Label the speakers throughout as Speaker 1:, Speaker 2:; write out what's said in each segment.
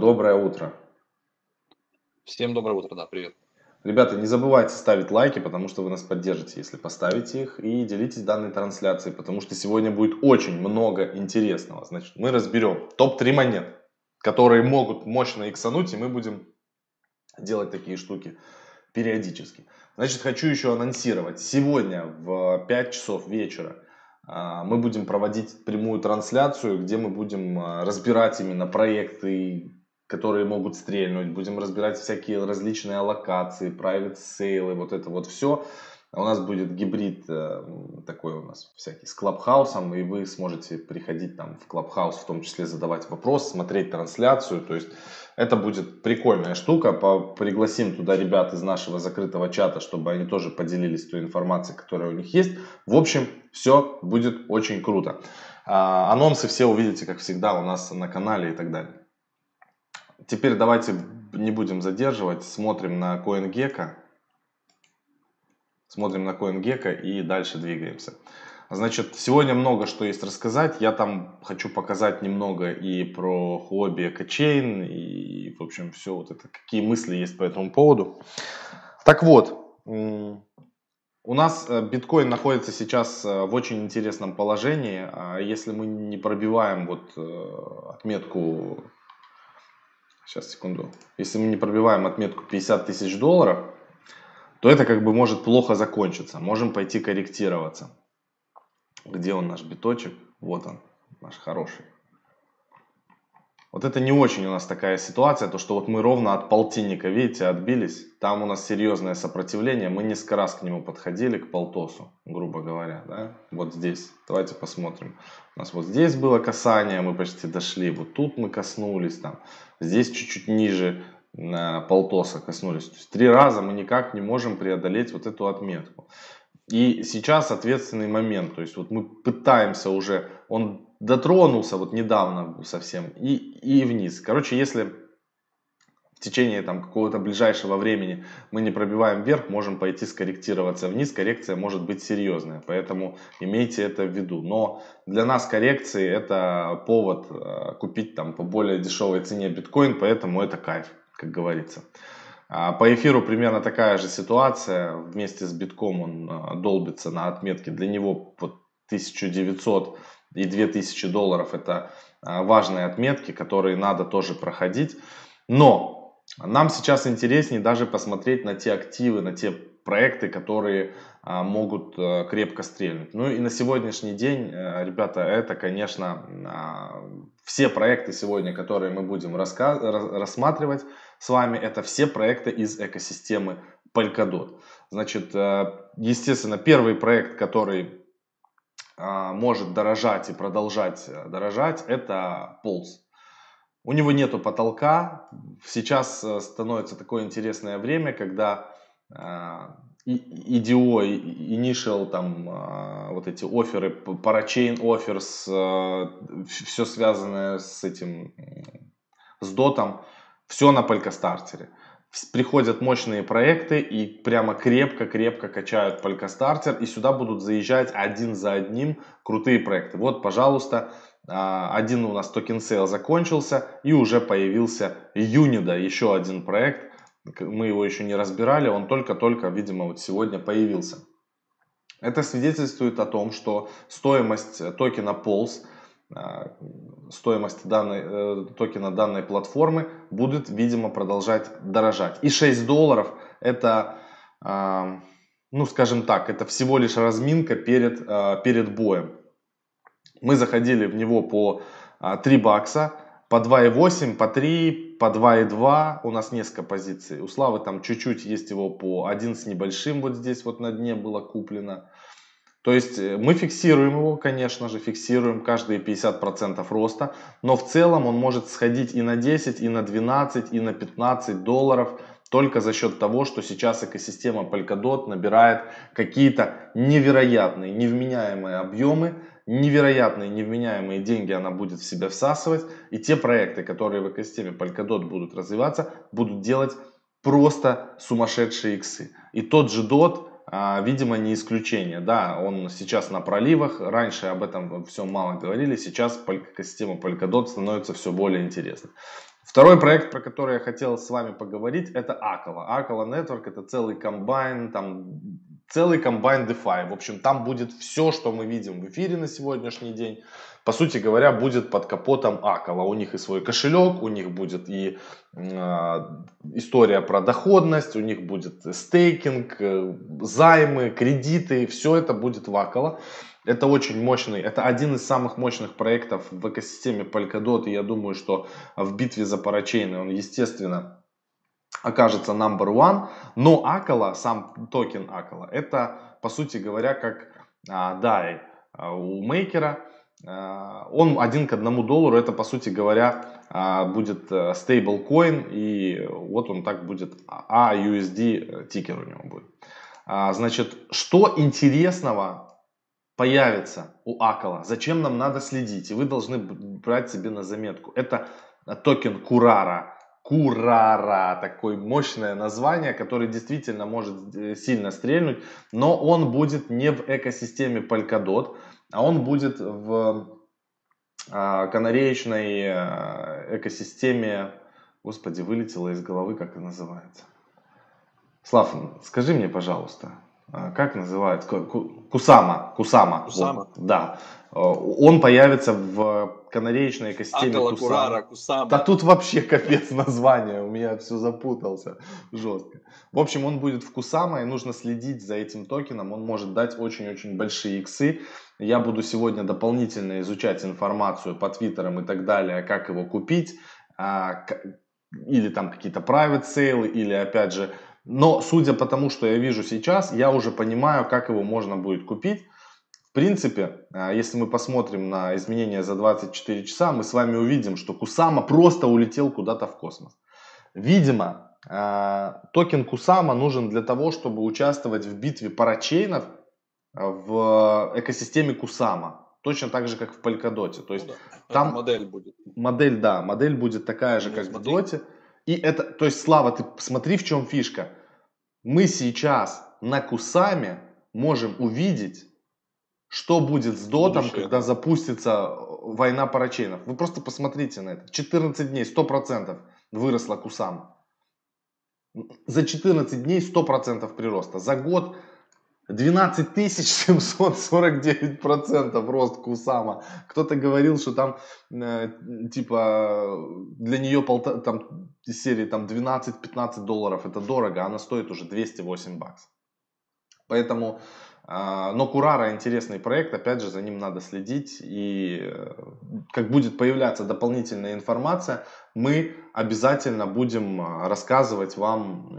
Speaker 1: Доброе утро.
Speaker 2: Всем доброе утро, да, привет.
Speaker 1: Ребята, не забывайте ставить лайки, потому что вы нас поддержите, если поставите их, и делитесь данной трансляцией, потому что сегодня будет очень много интересного. Значит, мы разберем топ-3 монет, которые могут мощно иксануть, и мы будем делать такие штуки периодически. Значит, хочу еще анонсировать. Сегодня в 5 часов вечера мы будем проводить прямую трансляцию, где мы будем разбирать именно проекты, которые могут стрельнуть. Будем разбирать всякие различные аллокации, private sale, вот это вот все. У нас будет гибрид такой у нас всякий с Клабхаусом, и вы сможете приходить там в Клабхаус, в том числе задавать вопросы, смотреть трансляцию. То есть это будет прикольная штука. Пригласим туда ребят из нашего закрытого чата, чтобы они тоже поделились той информацией, которая у них есть. В общем, все будет очень круто. Анонсы все увидите, как всегда, у нас на канале и так далее. Теперь давайте не будем задерживать. Смотрим на CoinGecko. Смотрим на CoinGecko и дальше двигаемся. Значит, сегодня много что есть рассказать. Я там хочу показать немного и про Huobi EcoChain, и, в общем, все вот это, какие мысли есть по этому поводу. Так вот, у нас биткоин находится сейчас в очень интересном положении. Если мы не пробиваем вот отметку, сейчас, секунду, если мы не пробиваем отметку 50 тысяч долларов, то это как бы может плохо закончиться. Можем пойти корректироваться. Где он, наш биточек? Вот он, наш хороший. Вот это не очень у нас такая ситуация, то что вот мы ровно от полтинника, видите, отбились. Там у нас серьезное сопротивление. Мы несколько раз к нему подходили, к полтосу, грубо говоря. Да? Вот здесь. Давайте посмотрим. У нас вот здесь было касание, мы почти дошли. Вот тут мы коснулись. Там. Здесь чуть-чуть ниже полтоса коснулись. То есть 3 раза мы никак не можем преодолеть вот эту отметку. И сейчас ответственный момент, то есть вот мы пытаемся уже, он дотронулся вот недавно совсем и вниз. Короче, если в течение там какого-то ближайшего времени мы не пробиваем вверх, можем пойти скорректироваться вниз, коррекция может быть серьезная, поэтому имейте это в виду. Но для нас коррекции это повод купить там по более дешевой цене биткоин, поэтому это кайф, как говорится. По эфиру примерно такая же ситуация. Вместе с битком он долбится на отметке. Для него вот 1900 и 2000 долларов это важные отметки, которые надо тоже проходить. Но нам сейчас интереснее даже посмотреть на те активы, на те проекты, которые могут крепко стрельнуть. Ну и на сегодняшний день, ребята, это, конечно, все проекты сегодня, которые мы будем рассматривать с вами, это все проекты из экосистемы Polkadot. Значит, естественно, первый проект, который может дорожать и продолжать дорожать, это Pulse. У него нету потолка. Сейчас становится такое интересное время, когда EDO, Initial, там, вот эти офферы, Parachain Offers, все связанное с этим, с дотом, все на Polkastarter. Приходят мощные проекты и прямо крепко-крепко качают Polkastarter, и сюда будут заезжать один за одним крутые проекты. Вот, пожалуйста, один у нас токен сейл закончился, и уже появился Unida, еще один проект. Мы его еще не разбирали, он только-только, видимо, вот сегодня появился. Это свидетельствует о том, что стоимость токена Pulse, стоимость токена данной платформы будет, видимо, продолжать дорожать. И 6 долларов это, ну скажем так, это всего лишь разминка перед боем. Мы заходили в него по 3 бакса, по 2,8, по 3, по 2,2. У нас несколько позиций. У Славы там чуть-чуть есть его по 1 с небольшим. Вот здесь вот на дне было куплено. То есть мы фиксируем его, конечно же, фиксируем каждые 50% роста. Но в целом он может сходить и на 10, и на 12, и на 15 долларов. Только за счет того, что сейчас экосистема Polkadot набирает какие-то невероятные, невменяемые объемы. Невероятные, невменяемые деньги она будет в себя всасывать. И те проекты, которые в экосистеме Polkadot будут развиваться, будут делать просто сумасшедшие иксы. И тот же DOT, видимо, не исключение. Да, он сейчас на проливах. Раньше об этом все мало говорили. Сейчас экосистема Polkadot становится все более интересной. Второй проект, про который я хотел с вами поговорить, это Acala. Acala Network — это целый комбайн, целый комбайн DeFi. В общем, там будет все, что мы видим в эфире на сегодняшний день. По сути говоря, будет под капотом Acala. У них и свой кошелек, у них будет и история про доходность, у них будет стейкинг, займы, кредиты. Все это будет в Acala. Это очень мощный, это один из самых мощных проектов в экосистеме Polkadot. И я думаю, что в битве за парачейны он, естественно, окажется number one. Но Acala, сам токен Acala, это, по сути говоря, как DAI у мейкера. Он 1 к 1 доллару. Это, по сути говоря, будет стейблкоин. И вот он так будет, AUSD тикер у него будет. Значит, что интересного появится у Acala, зачем нам надо следить, и вы должны брать себе на заметку. Это токен Curara. Curara, такое мощное название, которое действительно может сильно стрельнуть, но он будет не в экосистеме Polkadot, а он будет в канареечной экосистеме, господи, вылетело из головы, как это называется. Слав, скажи мне, пожалуйста, как называется? Кусама. Вот, да. Он появится в канареечной экосистеме
Speaker 2: Acala,
Speaker 1: Кусама.
Speaker 2: Curara, Kusama.
Speaker 1: Да тут вообще капец название, у меня все запутался жестко. В общем, он будет в Кусама, и нужно следить за этим токеном. Он может дать очень-очень большие иксы. Я буду сегодня дополнительно изучать информацию по твиттерам и так далее, как его купить, или там какие-то private sale, или опять же. Но судя по тому, что я вижу сейчас, я уже понимаю, как его можно будет купить. В принципе, если мы посмотрим на изменения за 24 часа, мы с вами увидим, что Кусама просто улетел куда-то в космос. Видимо, токен Кусама нужен для того, чтобы участвовать в битве парачейнов в экосистеме Кусама. Точно так же, как в Polkadot. То есть там
Speaker 2: модель будет.
Speaker 1: Модель будет такая же, как в Доте. И это, то есть, Слава, ты смотри, в чем фишка. Мы сейчас на Кусаме можем увидеть, что будет с дотом, когда запустится война парачейнов. Вы просто посмотрите на это. 14 дней 100% выросла Кусама. За 14 дней 100% прироста. За год 12 749% рост Кусама. Кто-то говорил, что там типа для нее там, из серии там 12-15 долларов это дорого, а она стоит уже 208 баксов. Поэтому, но Curara интересный проект, опять же, за ним надо следить. И как будет появляться дополнительная информация, мы обязательно будем рассказывать вам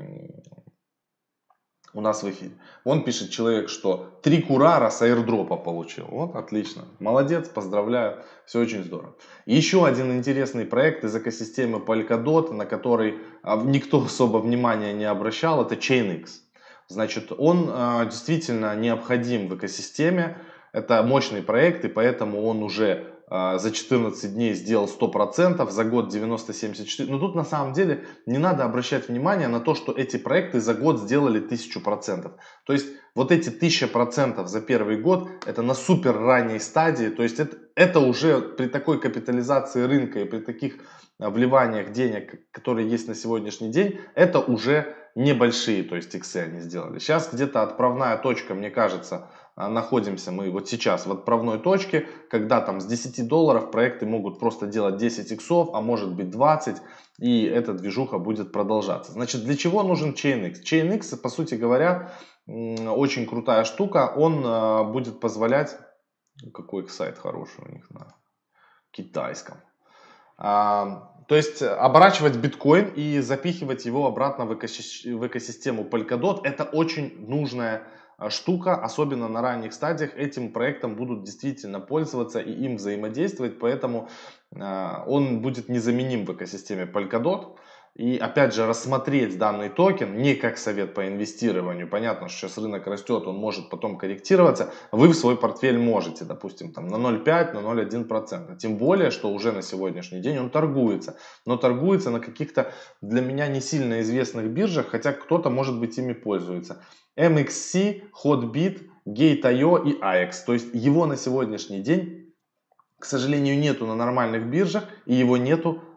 Speaker 1: у нас в эфире. Он пишет человек, что 3 Curara с аирдропа получил. Вот, отлично. Молодец, поздравляю. Все очень здорово. Еще один интересный проект из экосистемы Polkadot, на который никто особо внимания не обращал, это ChainX. Значит, он действительно необходим в экосистеме. Это мощный проект, и поэтому он уже за 14 дней сделал 100%, за год 90-74%. Но тут на самом деле не надо обращать внимание на то, что эти проекты за год сделали 1000%. То есть вот эти 1000% за первый год, это на супер ранней стадии. То есть это уже при такой капитализации рынка и при таких вливаниях денег, которые есть на сегодняшний день, это уже небольшие, то есть иксы они сделали. Сейчас где-то отправная точка, мне кажется, находимся мы вот сейчас в отправной точке, когда там с 10 долларов проекты могут просто делать 10 иксов, а может быть 20, и эта движуха будет продолжаться. Значит, для чего нужен ChainX? ChainX, по сути говоря, очень крутая штука. Он будет позволять... Какой сайт хороший у них на китайском. То есть оборачивать биткоин и запихивать его обратно в экосистему Polkadot. Это очень нужная штука, особенно на ранних стадиях. Этим проектом будут действительно пользоваться и им взаимодействовать, поэтому он будет незаменим в экосистеме Polkadot. И опять же рассмотреть данный токен не как совет по инвестированию. Понятно, что сейчас рынок растет, он может потом корректироваться. Вы в свой портфель можете, допустим, там, на 0,5, на 0,1%. Тем более, что уже на сегодняшний день он торгуется. Но торгуется на каких-то для меня не сильно известных биржах, хотя кто-то может быть ими пользуется. MXC, Hotbit, Gate.io и AX. То есть его на сегодняшний день, к сожалению, нету на нормальных биржах и его нету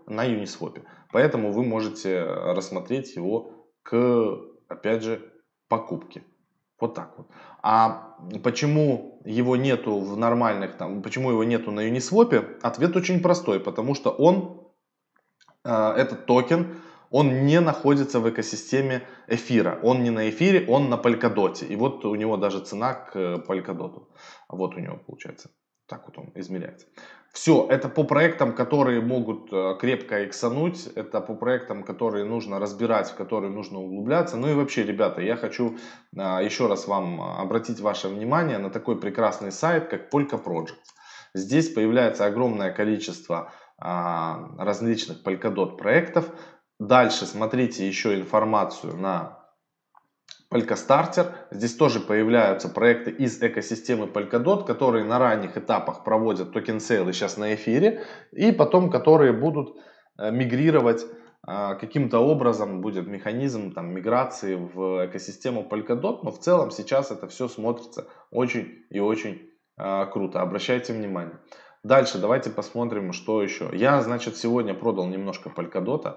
Speaker 1: на Uniswap. Поэтому вы можете рассмотреть его опять же, покупке. Вот так вот. А почему его нету в нормальных, почему его нету на Uniswap? Ответ очень простой, потому что этот токен, он не находится в экосистеме эфира. Он не на эфире, он на Polkadot. И вот у него даже цена к Polkadot. Вот у него получается. Так вот он измеряется. Все, это по проектам, которые могут крепко иксануть. Это по проектам, которые нужно разбирать, в которые нужно углубляться. Ну и вообще, ребята, я хочу еще раз вам обратить ваше внимание на такой прекрасный сайт, как Polka Project. Здесь появляется огромное количество различных Polkadot проектов. Дальше смотрите еще информацию на Polkastarter. Здесь тоже появляются проекты из экосистемы Polkadot, которые на ранних этапах проводят токен-сейлы сейчас на эфире, и потом которые будут мигрировать каким-то образом, будет механизм миграции в экосистему Polkadot, но в целом сейчас это все смотрится очень и очень круто. Обращайте внимание. Дальше давайте посмотрим, что еще. Я, значит, сегодня продал немножко Polkadot.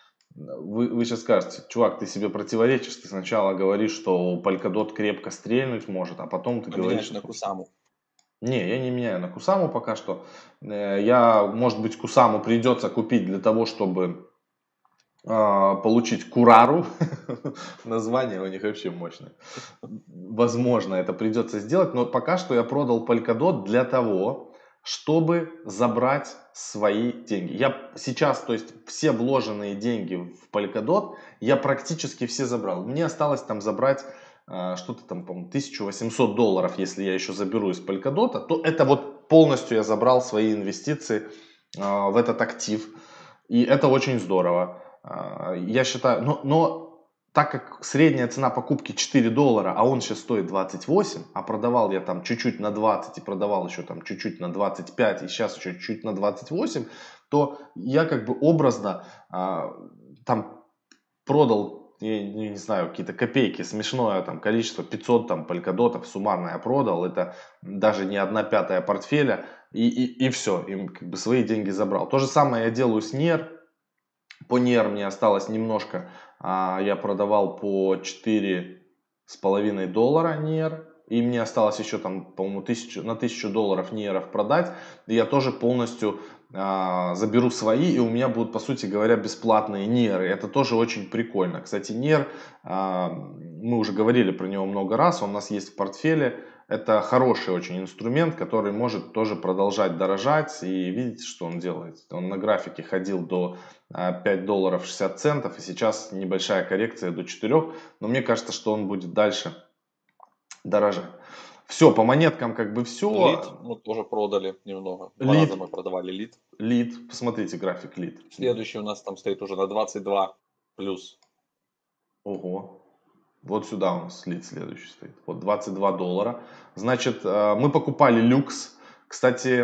Speaker 1: Вы сейчас скажете, чувак, ты себе противоречишь. Ты сначала говоришь, что Polkadot крепко стрельнуть может, а потом ты говоришь...
Speaker 2: на Кусаму.
Speaker 1: Не, я не меняю на Кусаму пока что. Может быть, Кусаму придется купить для того, чтобы получить Курару. Название у них вообще мощное. Возможно, это придется сделать, но пока что я продал Polkadot для того, чтобы забрать свои деньги. Я сейчас, то есть все вложенные деньги в Polkadot, я практически все забрал. Мне осталось там забрать что-то там, по-моему, $1800, если я еще заберу из Polkadot, то это вот полностью я забрал свои инвестиции в этот актив. И это очень здорово. Я считаю, но так как средняя цена покупки $4, а он сейчас стоит 28, а продавал я там чуть-чуть на 20 и продавал еще там чуть-чуть на 25 и сейчас еще чуть-чуть на 28, то я как бы образно там продал, я не знаю, какие-то копейки, смешное там количество, 500 там Polkadot'ов суммарно я продал, это даже не 1/5 портфеля, и все, им как бы свои деньги забрал. То же самое я делаю с NER. По NER мне осталось немножко, я продавал по $4,5 NER, и мне осталось еще там, по-моему, на $1000 NER продать, и я тоже полностью заберу свои, и у меня будут, по сути говоря, бесплатные NER. Это тоже очень прикольно. Кстати, NER, мы уже говорили про него много раз, он у нас есть в портфеле. Это хороший очень инструмент, который может тоже продолжать дорожать. И видите, что он делает? Он на графике ходил до $5.60, и сейчас небольшая коррекция до 4. Но мне кажется, что он будет дальше дорожать. Все, по монеткам как бы все.
Speaker 2: Лид мы тоже продали немного. Два раза мы продавали лид.
Speaker 1: Лид, посмотрите график лид.
Speaker 2: Следующий у нас там стоит уже на 22 плюс.
Speaker 1: Ого. Вот сюда у нас лид следующий стоит. Вот $22. Значит, мы покупали люкс. Кстати,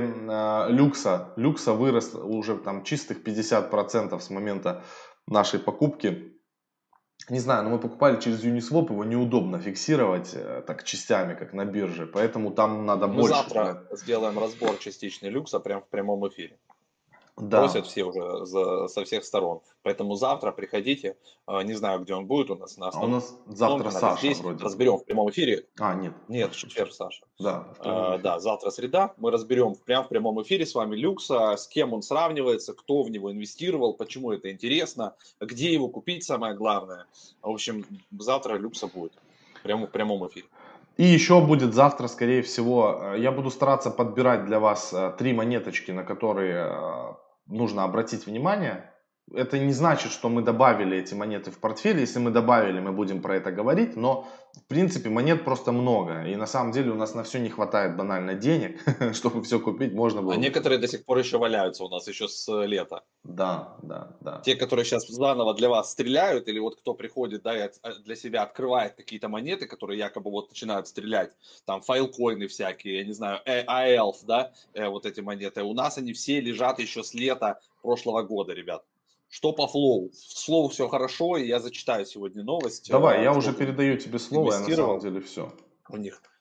Speaker 1: люкса вырос уже там чистых 50% с момента нашей покупки. Не знаю, но мы покупали через Uniswap, его неудобно фиксировать так частями, как на бирже. Поэтому там надо
Speaker 2: мы
Speaker 1: больше.
Speaker 2: Завтра сделаем разбор частичный люкса прямо в прямом эфире.
Speaker 1: Да.
Speaker 2: Просят все уже со всех сторон. Поэтому завтра приходите. Не знаю, где он будет у нас.
Speaker 1: У нас завтра Саша
Speaker 2: здесь
Speaker 1: вроде.
Speaker 2: Разберем в прямом эфире.
Speaker 1: Нет.
Speaker 2: Нет, четверг, Саша.
Speaker 1: Да,
Speaker 2: завтра среда. Мы разберем прямо в прямом эфире с вами люкса, с кем он сравнивается, кто в него инвестировал, почему это интересно, где его купить, самое главное. В общем, завтра люкса будет прямо в прямом эфире.
Speaker 1: И еще будет завтра, скорее всего, я буду стараться подбирать для вас 3 монеточки, на которые нужно обратить внимание. Это не значит, что мы добавили эти монеты в портфель. Если мы добавили, мы будем про это говорить. Но, в принципе, монет просто много. И на самом деле у нас на все не хватает банально денег, чтобы все купить можно было.
Speaker 2: А некоторые до сих пор еще валяются у нас еще с лета.
Speaker 1: Да.
Speaker 2: Те, которые сейчас заново для вас стреляют, или вот кто приходит, да, и для себя открывает какие-то монеты, которые якобы вот начинают стрелять, там файлкоины всякие, я не знаю, AELF, да, вот эти монеты. У нас они все лежат еще с лета прошлого года, ребят. Что по флоу? Слову все хорошо, и я зачитаю сегодня новость.
Speaker 1: Давай, я уже передаю тебе слово, я на самом деле все.
Speaker 2: У них.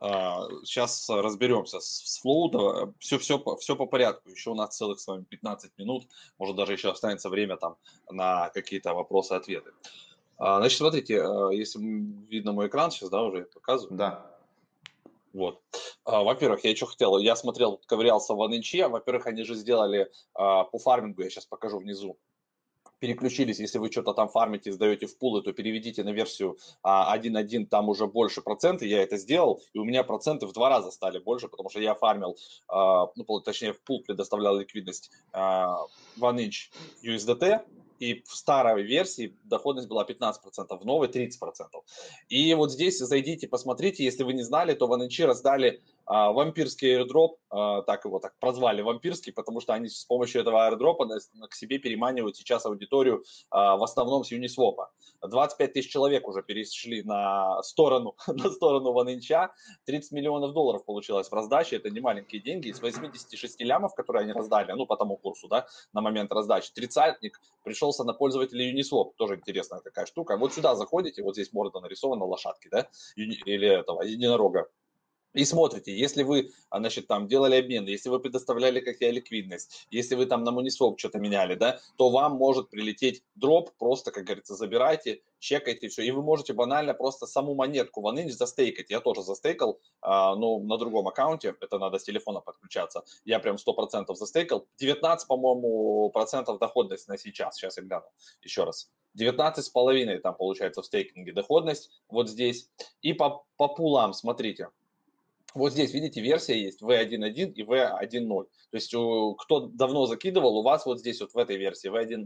Speaker 2: Сейчас разберемся с Flow, все по порядку. Еще у нас целых с вами 15 минут, может даже еще останется время там на какие-то вопросы-ответы. Значит, смотрите, если видно мой экран сейчас, да, уже я показываю.
Speaker 1: Да.
Speaker 2: Вот. Во-первых, я что хотел, я смотрел, ковырялся в OneInch, во-первых, они же сделали по фармингу, я сейчас покажу внизу, переключились, если вы что-то там фармите, сдаете в пулы, то переведите на версию 1.1, там уже больше проценты, я это сделал, и у меня проценты в 2 раза стали больше, потому что я фармил, точнее в пул предоставлял ликвидность OneInch USDT, и в старой версии доходность была 15%, в новой 30%. И вот здесь зайдите, посмотрите, если вы не знали, то в OneInch раздали вампирский airdrop, так его так прозвали, вампирский, потому что они с помощью этого airdropа к себе переманивают сейчас аудиторию в основном с Uniswap. 25 тысяч человек уже перешли на сторону OneInch, 30 миллионов долларов получилось в раздаче, это не маленькие деньги, из 86 лямов, которые они раздали, по тому курсу, да, на момент раздачи, тридцатник пришелся на пользователей Uniswap, тоже интересная такая штука. Вот сюда заходите, вот здесь морда нарисована лошадки, да, или этого единорога. И смотрите, если вы, значит, там делали обмен, если вы предоставляли, как я, ликвидность, если вы там на Uniswap что-то меняли, да, то вам может прилететь дроп, просто, как говорится, забирайте, чекайте все, и вы можете банально просто саму монетку OneInch застейкать. Я тоже застейкал, но на другом аккаунте, это надо с телефона подключаться, я прям 100% застейкал, 19, по-моему, процентов доходность на сейчас я гляну еще раз. 19,5 там получается в стейкинге доходность, вот здесь. И по пулам, смотрите. Вот здесь, видите, версия есть V1.1 и V1.0. То есть, кто давно закидывал, у вас вот здесь вот в этой версии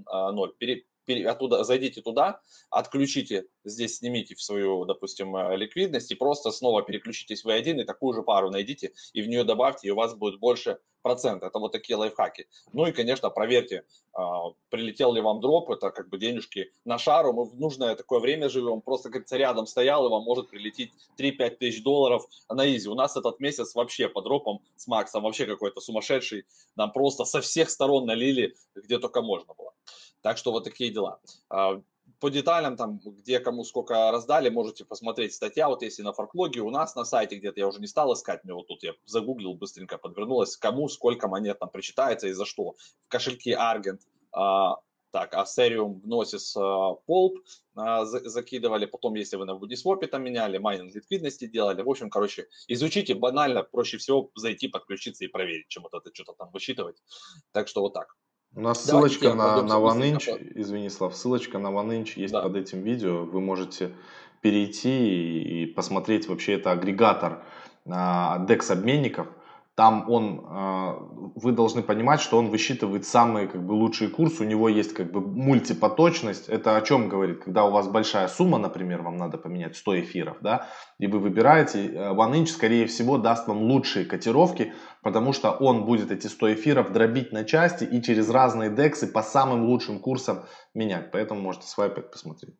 Speaker 2: V1.0. Оттуда зайдите туда, отключите, здесь снимите в свою, допустим, ликвидность и просто снова переключитесь в V1 и такую же пару найдите и в нее добавьте, и у вас будет больше процента. Это вот такие лайфхаки. Ну и, конечно, проверьте, прилетел ли вам дроп, это как бы денежки на шару. Мы в нужное такое время живем, просто, как говорится, рядом стоял, и вам может прилететь 3-5 тысяч долларов на изи. У нас этот месяц вообще по дропам с Максом вообще какой-то сумасшедший. Нам просто со всех сторон налили, где только можно было. Так что вот такие дела. По деталям, там, где кому сколько раздали, можете посмотреть статья, вот если на форклоге, у нас на сайте где-то, я уже не стал искать, мне вот тут я загуглил, быстренько подвернулось, кому сколько монет там причитается и за что. В кошельке Argent, Ethereum, Gnosis, Pulp закидывали, потом, если вы на Uniswap там меняли, майнинг ликвидности делали, в общем, короче, изучите, банально, проще всего зайти, подключиться и проверить, чем вот это что-то там высчитывать. Так что вот так.
Speaker 1: У нас
Speaker 2: Давайте
Speaker 1: ссылочка на
Speaker 2: пройдемся быстренько.
Speaker 1: OneInch, извини, Слав, ссылочка на OneInch есть
Speaker 2: Да.
Speaker 1: под этим видео. Вы можете перейти и посмотреть, вообще это агрегатор DEX обменников. Там вы должны понимать, что он высчитывает самый как бы лучший курс, у него есть как бы мультипоточность. Это о чем говорит? Когда у вас большая сумма, например, вам надо поменять 100 эфиров, да, и вы выбираете, OneInch, скорее всего, даст вам лучшие котировки, потому что он будет эти 100 эфиров дробить на части и через разные дексы по самым лучшим курсам менять. Поэтому можете свайпать, посмотреть.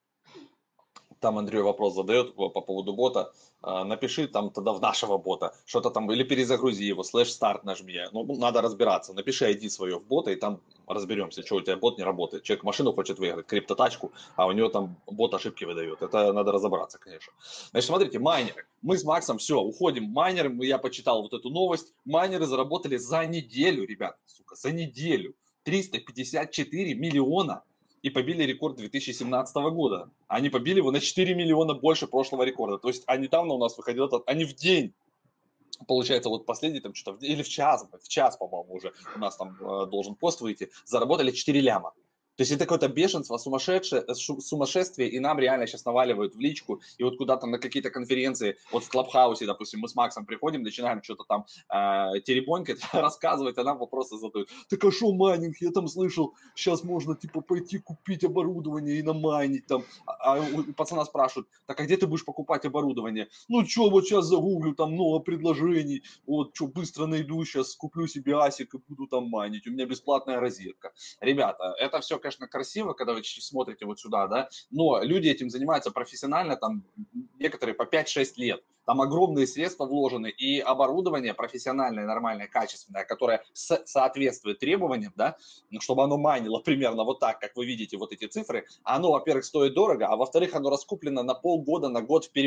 Speaker 2: Там Андрей вопрос задает по поводу бота. Напиши там тогда в нашего бота, что-то там, или перезагрузи его, /старт нажми. Ну, надо разбираться. Напиши ID свое в бота, и там разберемся, что у тебя бот не работает. Человек машину хочет выиграть, криптотачку, а у него там бот ошибки выдает. Это надо разобраться, конечно. Значит, смотрите, майнеры. Мы с Максом, все, уходим. Майнеры, я почитал вот эту новость. Майнеры заработали за неделю, ребят, сука, за неделю 354 миллиона. И побили рекорд 2017 года. Они побили его на 4 миллиона больше прошлого рекорда. То есть, недавно у нас выходил они в день, получается, вот последний там что-то, или в час, по-моему, уже у нас там должен пост выйти, заработали 4 ляма. То есть это какое-то бешенство, сумасшествие, и нам реально сейчас наваливают в личку, и вот куда-то на какие-то конференции, вот в Клабхаусе, допустим, мы с Максом приходим, начинаем что-то там теребонькать, рассказывать, а нам вопросы задают. Так а шо майнинг? Я там слышал, сейчас можно типа пойти купить оборудование и намайнить там. А у пацана спрашивают, так а где ты будешь покупать оборудование? Ну что, вот сейчас загуглю, там много предложений, вот что, быстро найду, сейчас куплю себе асик и буду там майнить, у меня бесплатная розетка. Ребята, это все, конечно, красиво, когда вы смотрите вот сюда, да, но люди этим занимаются профессионально, там, некоторые по 5-6 лет, там огромные средства вложены, и оборудование профессиональное, нормальное, качественное, которое соответствует требованиям, да, чтобы оно майнило примерно вот так, как вы видите вот эти цифры, оно, во-первых, стоит дорого, а во-вторых, оно раскуплено на полгода, на год вперед.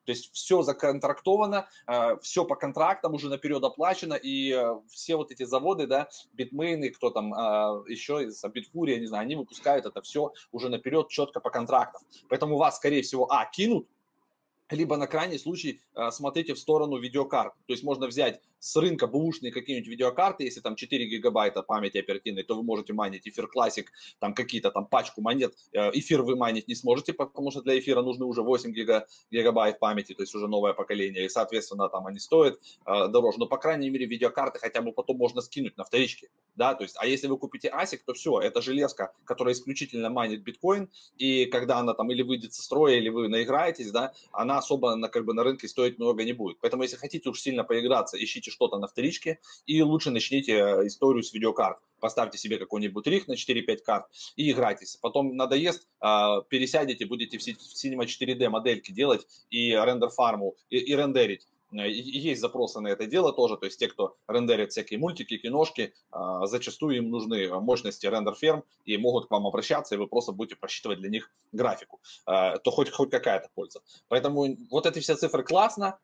Speaker 2: То есть все законтрактовано, все по контрактам уже наперед оплачено, и все вот эти заводы, да, Bitmain, кто там еще из Bitfury, я не знаю, они выпускают это все уже наперед четко по контрактам. Поэтому вас, скорее всего, кинут, либо на крайний случай смотрите в сторону видеокарт. То есть можно взять с рынка бэушные какие-нибудь видеокарты, если там 4 гигабайта памяти оперативной, то вы можете майнить эфир Classic, там какие-то там пачку монет. Эфир вы майнить не сможете, потому что для эфира нужны уже 8 гигабайт памяти, то есть уже новое поколение, и, соответственно, там они стоят дороже. Но, по крайней мере, видеокарты хотя бы потом можно скинуть на вторичке. Да, то есть, а если вы купите ASIC, то все, это железка, которая исключительно майнит биткоин, и когда она там или выйдет со строя, или вы наиграетесь, да, она особо на рынке стоить много не будет. Поэтому, если хотите уж сильно поиграться, ищите что-то на вторичке и лучше начните историю с видеокарт. Поставьте себе какой-нибудь риг на 4-5 карт и играйтесь. Потом надоест, пересядете, будете в Cinema 4D модельки делать и рендер-фарму, и рендерить. Есть запросы на это дело тоже, то есть те, кто рендерит всякие мультики, киношки, зачастую им нужны мощности рендер-ферм и могут к вам обращаться, и вы просто будете просчитывать для них графику, то хоть какая-то польза. Поэтому вот эти все цифры классно,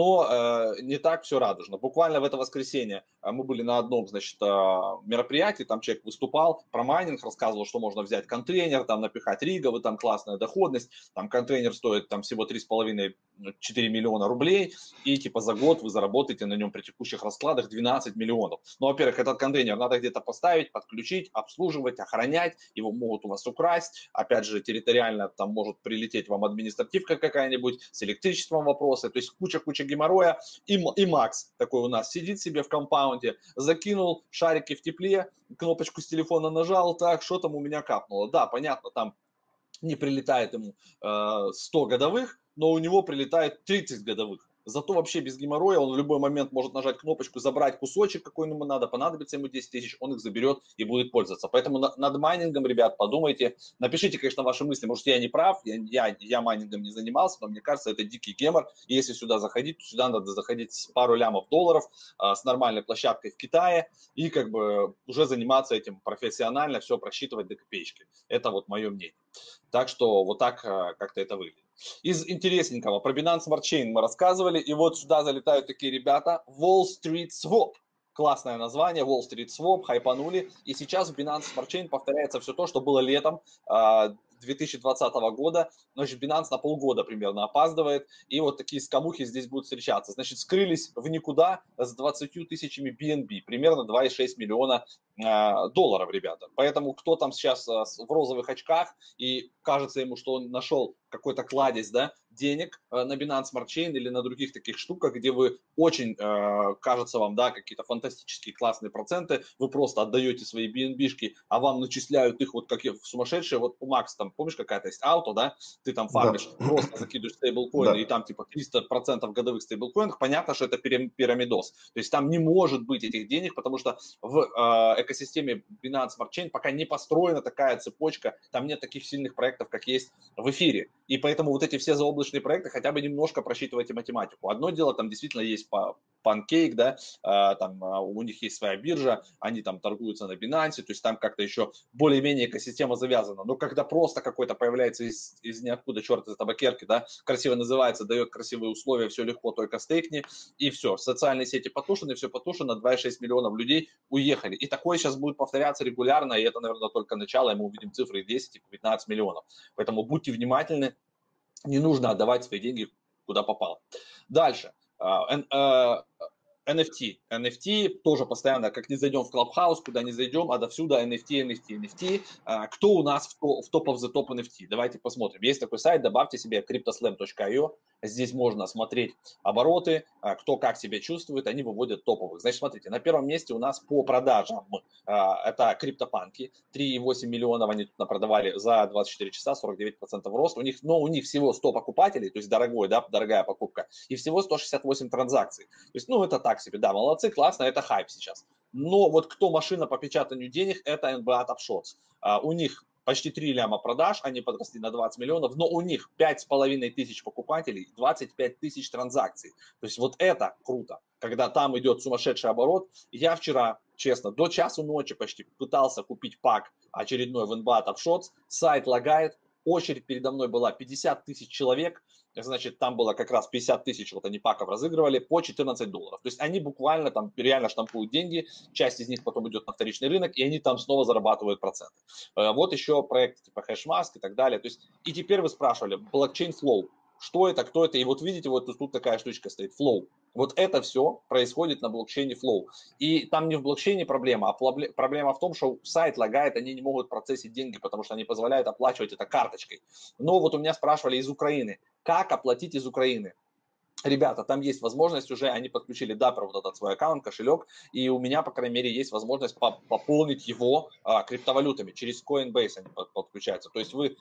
Speaker 2: но не так все радужно. Буквально в это воскресенье мы были на одном, значит, мероприятии, там человек выступал про майнинг, рассказывал, что можно взять контейнер, там напихать риговый, там классная доходность, там контейнер стоит там всего 3,5-4 миллиона рублей, и типа за год вы заработаете на нем при текущих раскладах 12 миллионов. Ну, во-первых, этот контейнер надо где-то поставить, подключить, обслуживать, охранять, его могут у вас украсть, опять же, территориально там может прилететь вам административка какая-нибудь, с электричеством вопросы, то есть куча геморроя, и Макс такой у нас сидит себе в компаунде, закинул шарики в тепле, кнопочку с телефона нажал, так, что там у меня капнуло. Да, понятно, там не прилетает ему 100 годовых, но у него прилетает 30 годовых. Зато вообще без геморроя он в любой момент может нажать кнопочку, забрать кусочек, какой ему надо, понадобится ему 10 тысяч, он их заберет и будет пользоваться. Поэтому над майнингом, ребят, подумайте. Напишите, конечно, ваши мысли. Может, я не прав, я майнингом не занимался, но мне кажется, это дикий гемор. И если сюда заходить, то сюда надо заходить с пару лямов долларов, с нормальной площадкой в Китае и как бы уже заниматься этим профессионально, все просчитывать до копеечки. Это вот мое мнение. Так что вот так как-то это выглядит. Из интересненького про Binance Smart Chain мы рассказывали, и вот сюда залетают такие ребята, Wall Street Swap. Классное название, Wall Street Swap, хайпанули. И сейчас в Binance Smart Chain повторяется все то, что было летом 2020 года. Значит, Binance на полгода примерно опаздывает, и вот такие скамухи здесь будут встречаться. Значит, скрылись в никуда с 20 тысячами BNB, примерно 2,6 миллиона долларов, ребята. Поэтому кто там сейчас в розовых очках и кажется ему, что он нашел какой-то кладезь, да, денег на Binance Smart Chain или на других таких штуках, где вы очень, кажется вам, да, какие-то фантастические классные проценты, вы просто отдаете свои BNB-шки, а вам начисляют их вот как сумасшедшие. Вот у Макса там, помнишь, какая-то есть ауто, да, ты там фармишь,
Speaker 1: Да.
Speaker 2: просто закидываешь стейблкоины,
Speaker 1: Да.
Speaker 2: и там типа 300% годовых стейблкоинах, понятно, что это пирамидос. То есть там не может быть этих денег, потому что в экосистеме Binance Smart Chain пока не построена такая цепочка, там нет таких сильных проектов, как есть в эфире. И поэтому вот эти все заоблачные проекты хотя бы немножко просчитывайте математику. Одно дело, там действительно есть Pancake, да, там у них есть своя биржа, они там торгуются на Binance, то есть там как-то еще более-менее экосистема завязана. Но когда просто какой-то появляется из ниоткуда черт из табакерки, да, красиво называется, дает красивые условия, все легко, только стейкни, и все. Социальные сети потушены, все потушено, 2,6 миллионов людей уехали. И такое сейчас будет повторяться регулярно, и это, наверное, только начало, и мы увидим цифры 10 и 15 миллионов. Поэтому будьте внимательны, не нужно отдавать свои деньги куда попало. Дальше. NFT. NFT тоже постоянно, как не зайдем в Clubhouse, куда не зайдем, а довсюду NFT. Кто у нас в топ of the top NFT? Давайте посмотрим. Есть такой сайт, добавьте себе cryptoslam.io. Здесь можно смотреть обороты, кто как себя чувствует, они выводят топовых. Значит, смотрите, на первом месте у нас по продажам это CryptoPunky. 3,8 миллионов они тут напродавали за 24 часа, 49% рост. У них всего 100 покупателей, то есть дорогая покупка, и всего 168 транзакций. То есть, это так себе, да, молодцы, классно, это хайп сейчас. Но вот кто машина по печатанию денег, это NBA Top Shots. У них почти 3 ляма продаж, они подросли на 20 миллионов, но у них 5,5 тысяч покупателей, 25 тысяч транзакций. То есть вот это круто, когда там идет сумасшедший оборот. Я вчера, честно, до часу ночи почти пытался купить пак очередной в NBA Top Shots, сайт лагает, очередь передо мной была 50 тысяч человек, значит, там было как раз 50 тысяч, вот они паков разыгрывали по $14. То есть они буквально там реально штампуют деньги, часть из них потом идет на вторичный рынок, и они там снова зарабатывают проценты. Вот еще проекты типа HashMask и так далее. То есть, и теперь вы спрашивали, блокчейн Flow, что это, кто это, и вот видите, вот тут такая штучка стоит, Flow. Вот это все происходит на блокчейне Flow. И там не в блокчейне проблема, а проблема в том, что сайт лагает, они не могут процессить деньги, потому что они позволяют оплачивать это карточкой. Но вот у меня спрашивали из Украины, как оплатить из Украины? Ребята, там есть возможность уже, они подключили Dapper, вот этот свой аккаунт, кошелек, и у меня, по крайней мере, есть возможность пополнить его криптовалютами. Через Coinbase они подключаются. То есть вы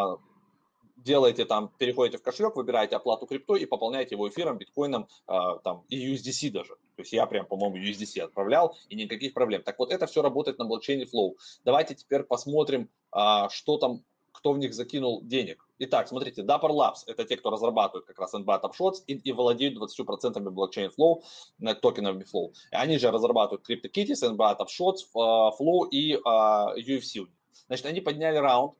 Speaker 2: делаете там, переходите в кошелек, выбираете оплату криптой и пополняете его эфиром, биткоином, там, и USDC даже. То есть я прям, по-моему, USDC отправлял, и никаких проблем. Так вот, это все работает на блокчейне Flow. Давайте теперь посмотрим, что там, кто в них закинул денег. Итак, смотрите, Dapper Labs – это те, кто разрабатывает как раз NBA Top Shots и владеют 20% блокчейн Flow, токенами Flow. Они же разрабатывают CryptoKitties, NBA Top Shots, Flow и UFC. Значит, они подняли раунд,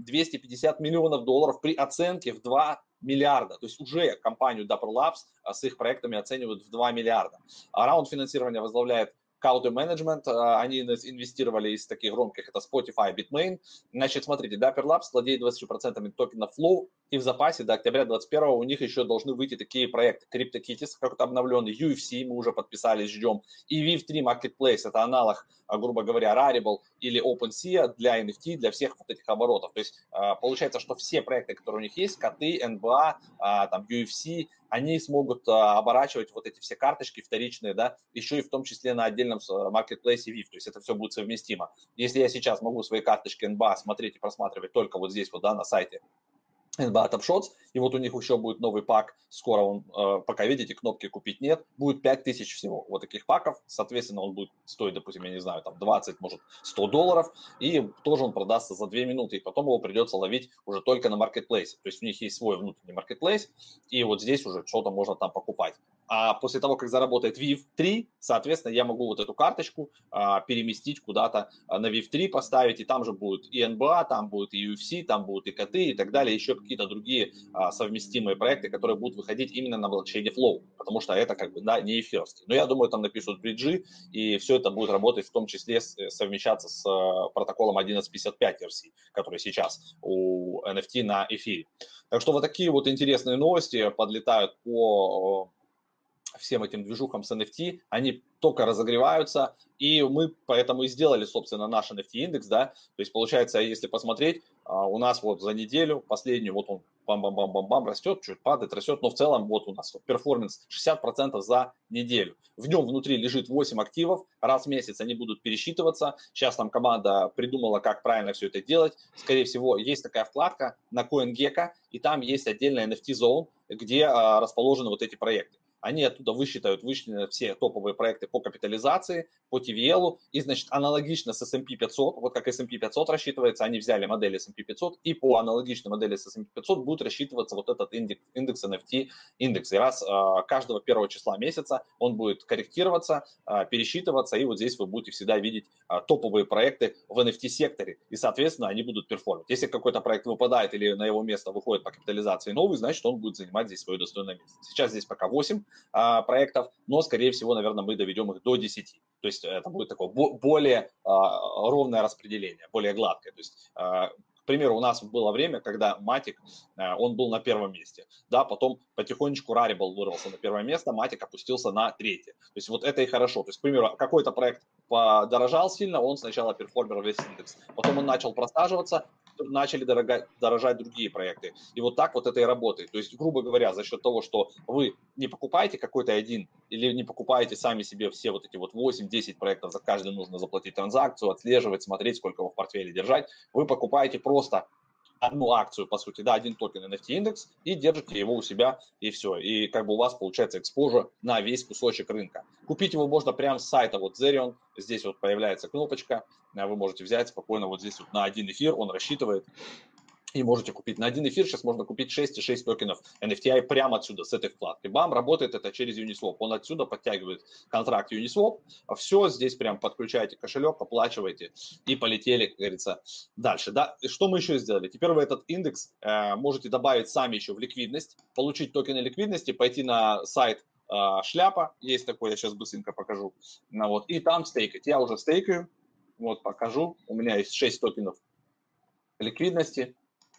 Speaker 2: $250 миллионов при оценке в 2 миллиарда. То есть уже компанию Dapper Labs с их проектами оценивают в 2 миллиарда. А раунд финансирования возглавляет Caude Management, они инвестировали из таких громких, это Spotify, Bitmain. Значит, смотрите, Dapper Labs владеет 20% токенов Flow, и в запасе до октября 2021 у них еще должны выйти такие проекты. CryptoKitties, как-то обновленный, UFC, мы уже подписались, ждем, и VIV3 Marketplace, это аналог, грубо говоря, Rarible или OpenSea для NFT, для всех вот этих оборотов. То есть получается, что все проекты, которые у них есть, коты, NBA, там, UFC, они смогут оборачивать вот эти все карточки вторичные, да, еще и в том числе на отдельном маркетплейсе VIV, то есть это все будет совместимо. Если я сейчас могу свои карточки NBA смотреть и просматривать только вот здесь вот, да, на сайте NBA Top Shots, и вот у них еще будет новый пак, скоро он, пока видите, кнопки купить нет, будет 5000 всего вот таких паков, соответственно, он будет стоить, допустим, я не знаю, там 20, может, $100, и тоже он продастся за 2 минуты, и потом его придется ловить уже только на маркетплейсе, то есть у них есть свой внутренний маркетплейс, и вот здесь уже что-то можно там покупать. А после того, как заработает VIV3, соответственно, я могу вот эту карточку переместить куда-то на VIV3 поставить, и там же будет и NBA, там будет и UFC, там будут и коты и так далее, еще какие-то другие совместимые проекты, которые будут выходить именно на блокчейне Flow, потому что это как бы, да, не эфирский. Но я думаю, там напишут бриджи, и все это будет работать в том числе совмещаться с протоколом 1155 версии, который сейчас у NFT на эфире. Так что вот такие вот интересные новости подлетают по всем этим движухам с NFT, они только разогреваются, и мы поэтому и сделали, собственно, наш NFT-индекс, да, то есть получается, если посмотреть, у нас вот за неделю последнюю, вот он бам-бам-бам-бам-бам растет, чуть падает, растет, но в целом вот у нас перформанс 60% за неделю. В нем внутри лежит 8 активов, раз в месяц они будут пересчитываться, сейчас там команда придумала, как правильно все это делать, скорее всего, есть такая вкладка на CoinGecko, и там есть отдельная NFT-зона, где расположены вот эти проекты. Они оттуда высчитают все топовые проекты по капитализации, по TVL, и, значит, аналогично с S&P 500, вот как S&P 500 рассчитывается, они взяли модель S&P 500, и по аналогичной модели с S&P 500 будет рассчитываться вот этот индекс NFT индекс. И раз каждого первого числа месяца он будет корректироваться, пересчитываться, и вот здесь вы будете всегда видеть топовые проекты в NFT-секторе, и, соответственно, они будут перформить. Если какой-то проект выпадает или на его место выходит по капитализации новый, значит, он будет занимать здесь свое достойное место. Сейчас здесь пока 8 проектов, но, скорее всего, наверное, мы доведем их до 10. То есть это будет такое более ровное распределение, более гладкое. То есть, к примеру, у нас было время, когда Matic, он был на первом месте, да, потом потихонечку Rarible вырвался на первое место, Matic опустился на третье. То есть вот это и хорошо. То есть, к примеру, какой-то проект подорожал сильно, он сначала перформил весь индекс, потом он начал просаживаться, начали дорожать другие проекты. И вот так вот это и работает. То есть, грубо говоря, за счет того, что вы не покупаете какой-то один или не покупаете сами себе все вот эти вот 8-10 проектов, за каждый нужно заплатить транзакцию, отслеживать, смотреть, сколько его в портфеле держать, вы покупаете просто одну акцию, по сути, да, один токен NFT индекс, и держите его у себя, и все. И как бы у вас получается экспозиция на весь кусочек рынка. Купить его можно прямо с сайта вот Zerion, здесь вот появляется кнопочка, вы можете взять спокойно вот здесь вот на один эфир, он рассчитывает И можете купить. На один эфир сейчас можно купить 6,6 токенов NFTI прямо отсюда, с этой вкладки. Бам, работает это через Uniswap. Он отсюда подтягивает контракт Uniswap. А все, здесь прям подключаете кошелек, оплачиваете и полетели, как говорится, дальше. Да? И что мы еще сделали? Теперь вы этот индекс можете добавить сами еще в ликвидность, получить токены ликвидности, пойти на сайт шляпа, есть такой, я сейчас быстренько покажу. Ну, вот, и там стейкать. Я уже стейкаю. Вот покажу. У меня есть 6 токенов ликвидности.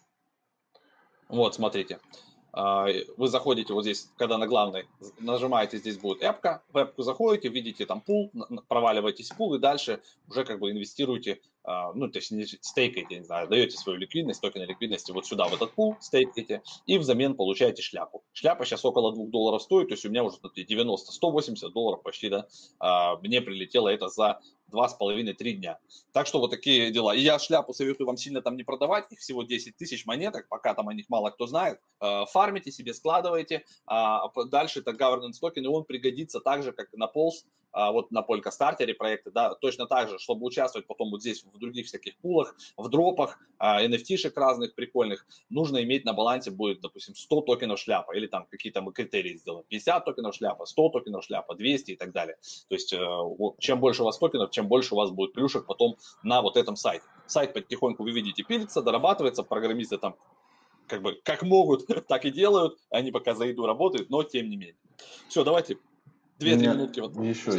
Speaker 2: Вот, смотрите. Вы заходите вот здесь, когда на главной, нажимаете, здесь будет эпка, в эпку заходите, видите там пул, проваливаетесь в пул и дальше уже как бы инвестируете, ну, то есть не стейкаете, не знаю, даете свою ликвидность, токены ликвидности вот сюда, в этот пул, стейкаете, и взамен получаете шляпу. Шляпа сейчас около $2 стоит, то есть у меня уже 90, $180 почти, да, мне прилетело это за 2,5-3 дня. Так что вот такие дела. И я шляпу советую вам сильно там не продавать, их всего 10 тысяч монеток, пока там о них мало кто знает. Фармите себе, складываете, дальше это governance токен, и он пригодится так же, как на Pulse, вот на Polkastarter проекты, да, точно так же, чтобы участвовать потом вот здесь в других всяких пулах, в дропах, NFT-шек разных прикольных, нужно иметь на балансе будет, допустим, 100 токенов шляпа, или там какие-то мы критерии сделаем, 50 токенов шляпа, 100 токенов шляпа, 200 и так далее. То есть чем больше у вас токенов, чем больше у вас будет плюшек потом на вот этом сайте. Сайт потихоньку, вы видите, пилится, дорабатывается, программисты там как бы как могут, так и делают, они пока за еду работают, но тем не менее. Все, давайте 2-3 минутки вот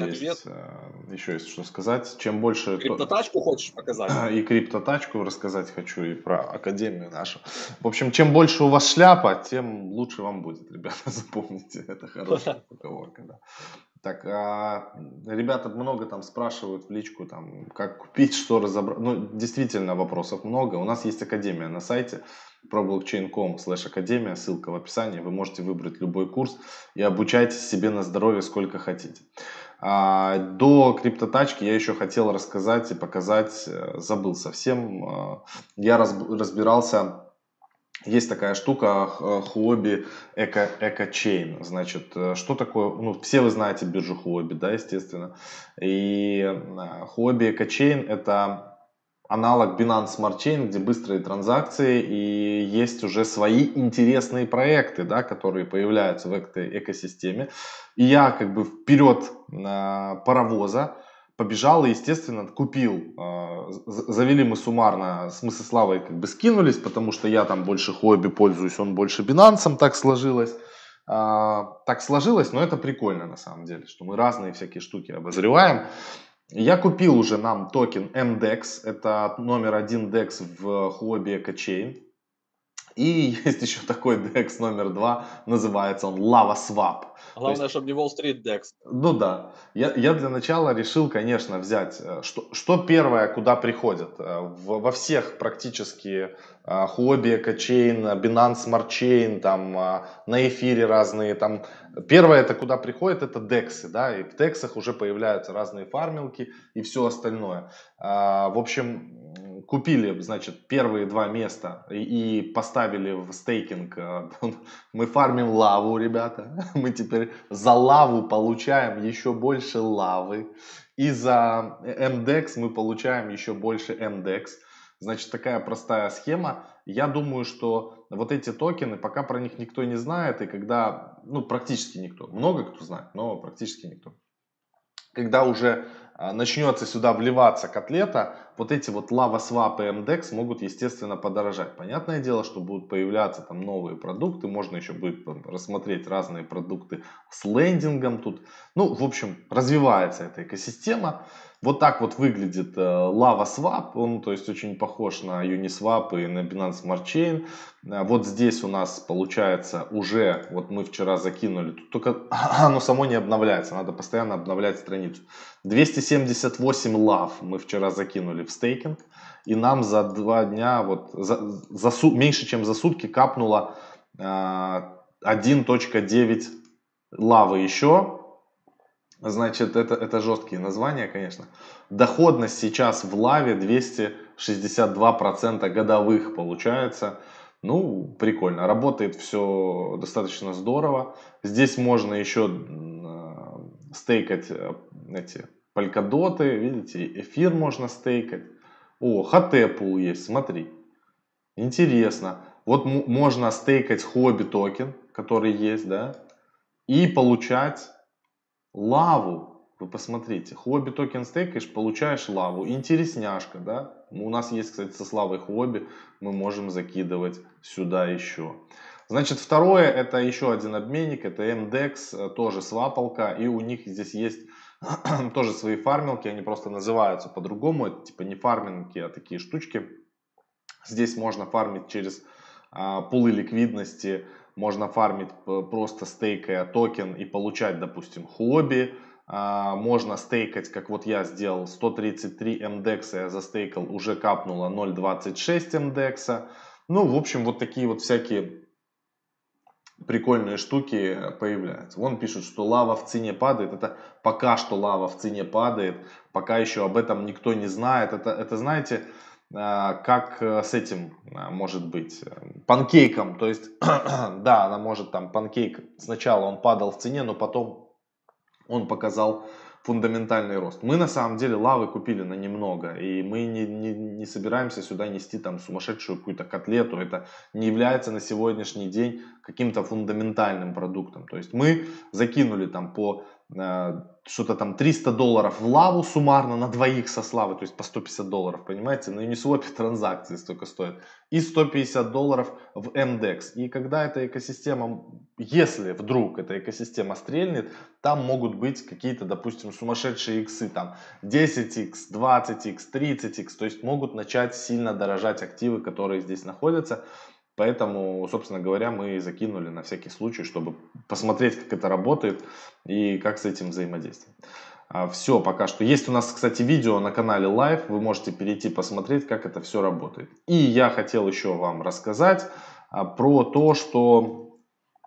Speaker 1: еще есть что сказать. Чем больше...
Speaker 2: Криптотачку хочешь показать?
Speaker 1: И криптотачку рассказать хочу, и про академию нашу. В общем, чем больше у вас шляпа, тем лучше вам будет, ребята, запомните. Это хорошая поговорка, да. Так, ребята много там спрашивают в личку, там, как купить, что разобрать. Ну, действительно, вопросов много. У нас есть академия на сайте problockchain.com/академия, ссылка в описании. Вы можете выбрать любой курс и обучайтесь себе на здоровье сколько хотите. До криптотачки я еще хотел рассказать и показать, забыл совсем. Я разбирался. Есть такая штука, Huobi EcoChain. Значит, что такое? Ну, все вы знаете биржу Huobi, да, естественно. И Huobi EcoChain — это аналог Binance Smart Chain, где быстрые транзакции и есть уже свои интересные проекты, да, которые появляются в этой экосистеме. И я как бы вперед паровоза побежал и, естественно, купил. Завели мы суммарно, мы со Славой как бы скинулись, потому что я там больше Huobi пользуюсь, он больше Binance, так сложилось. Так сложилось, но это прикольно на самом деле, что мы разные всякие штуки обозреваем. Я купил уже нам токен MDEX, это номер 1 DEX в Huobi EcoChain. И есть еще такой DEX номер 2, называется он LavaSwap.
Speaker 2: Главное, чтобы не Wall Street DEX.
Speaker 1: Ну да, я для начала решил, конечно, взять, что первое, куда приходит. Во всех практически Huobi EcoChain, Binance Smart Chain, там на эфире разные, там первое, это куда приходит, это DEX, да, и в DEX уже появляются разные фармилки и все остальное. В общем, купили, значит, первые 2 места и поставили в стейкинг. Мы фармим лаву, ребята. Мы теперь за лаву получаем еще больше лавы. И за MDEX мы получаем еще больше MDEX. Значит, такая простая схема. Я думаю, что вот эти токены, пока про них никто не знает, и когда, ну, практически никто, много кто знает, но практически никто. Когда уже начнется сюда вливаться котлета, вот эти вот LavaSwap и MDEX могут, естественно, подорожать. Понятное дело, что будут появляться там новые продукты, можно еще будет рассмотреть разные продукты с лендингом тут. Ну, в общем, развивается эта экосистема. Вот так вот выглядит LavaSwap, он, то есть, очень похож на Uniswap и на Binance Smart Chain. Вот здесь у нас получается уже, вот мы вчера закинули, тут только оно само не обновляется, надо постоянно обновлять страницу. 278 лав мы вчера закинули в стейкинг, и нам за 2 дня, вот меньше чем за сутки капнуло 1.9 лавы еще. Значит, это жесткие названия, конечно. Доходность сейчас в лаве 262% годовых получается. Ну, прикольно. Работает все достаточно здорово. Здесь можно еще стейкать эти полькадоты. Видите, эфир можно стейкать. О, HT пул есть, смотри. Интересно. Вот можно стейкать хобби токен, который есть, да, и получать лаву. Вы посмотрите, хобби токен стейкаешь, получаешь лаву. Интересняшка, да? У нас есть, кстати, со Славой хобби, мы можем закидывать сюда еще. Значит, второе, это еще один обменник, это MDEX, тоже свапалка, и у них здесь есть тоже свои фармилки, они просто называются по-другому, это типа не фарминги, а такие штучки. Здесь можно фармить через пулы ликвидности, можно фармить просто стейкая токен и получать, допустим, хобби. Можно стейкать, как вот я сделал, 133 MDEX я застейкал, уже капнуло 0.26 MDEX. Ну, в общем, вот такие вот всякие прикольные штуки появляются. Вон пишут, что лава в цене падает. Это пока что лава в цене падает. Пока еще об этом никто не знает. Это знаете, как с этим может быть, панкейком. То есть, да, она может там панкейк, сначала он падал в цене, но потом он показал фундаментальный рост. Мы на самом деле лавы купили на немного, и мы не собираемся сюда нести там сумасшедшую какую-то котлету. Это не является на сегодняшний день каким-то фундаментальным продуктом. То есть мы закинули там по что-то там $300 в лаву суммарно на двоих со Славой, то есть по $150, понимаете? На Uniswap транзакции столько стоят. И $150 в MDEX. И когда эта экосистема, если вдруг эта экосистема стрельнет, там могут быть какие-то, допустим, сумасшедшие иксы, там 10x, 20x, 30x, то есть могут начать сильно дорожать активы, которые здесь находятся. Поэтому, собственно говоря, мы закинули на всякий случай, чтобы посмотреть, как это работает и как с этим взаимодействовать. Все пока что. Есть у нас, кстати, видео на канале Live. Вы можете перейти посмотреть, как это все работает. И я хотел еще вам рассказать про то, что...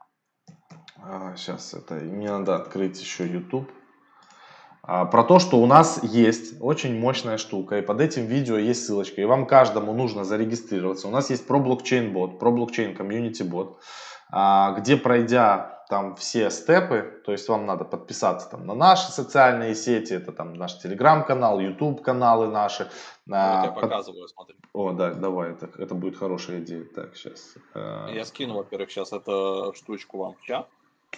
Speaker 1: Сейчас это... Мне надо открыть еще YouTube. Про то, что у нас есть очень мощная штука, и под этим видео есть ссылочка, и вам каждому нужно зарегистрироваться. У нас есть ProBlockchain бот, ProBlockchain Community бот, где, пройдя там все степы, то есть вам надо подписаться там на наши социальные сети, это там наш телеграм-канал, YouTube каналы наши.
Speaker 2: Вот я показываю, смотри.
Speaker 1: О, да, давай, это будет хорошая идея. Так, сейчас.
Speaker 2: Я скину, во-первых, сейчас эту штучку вам в чат.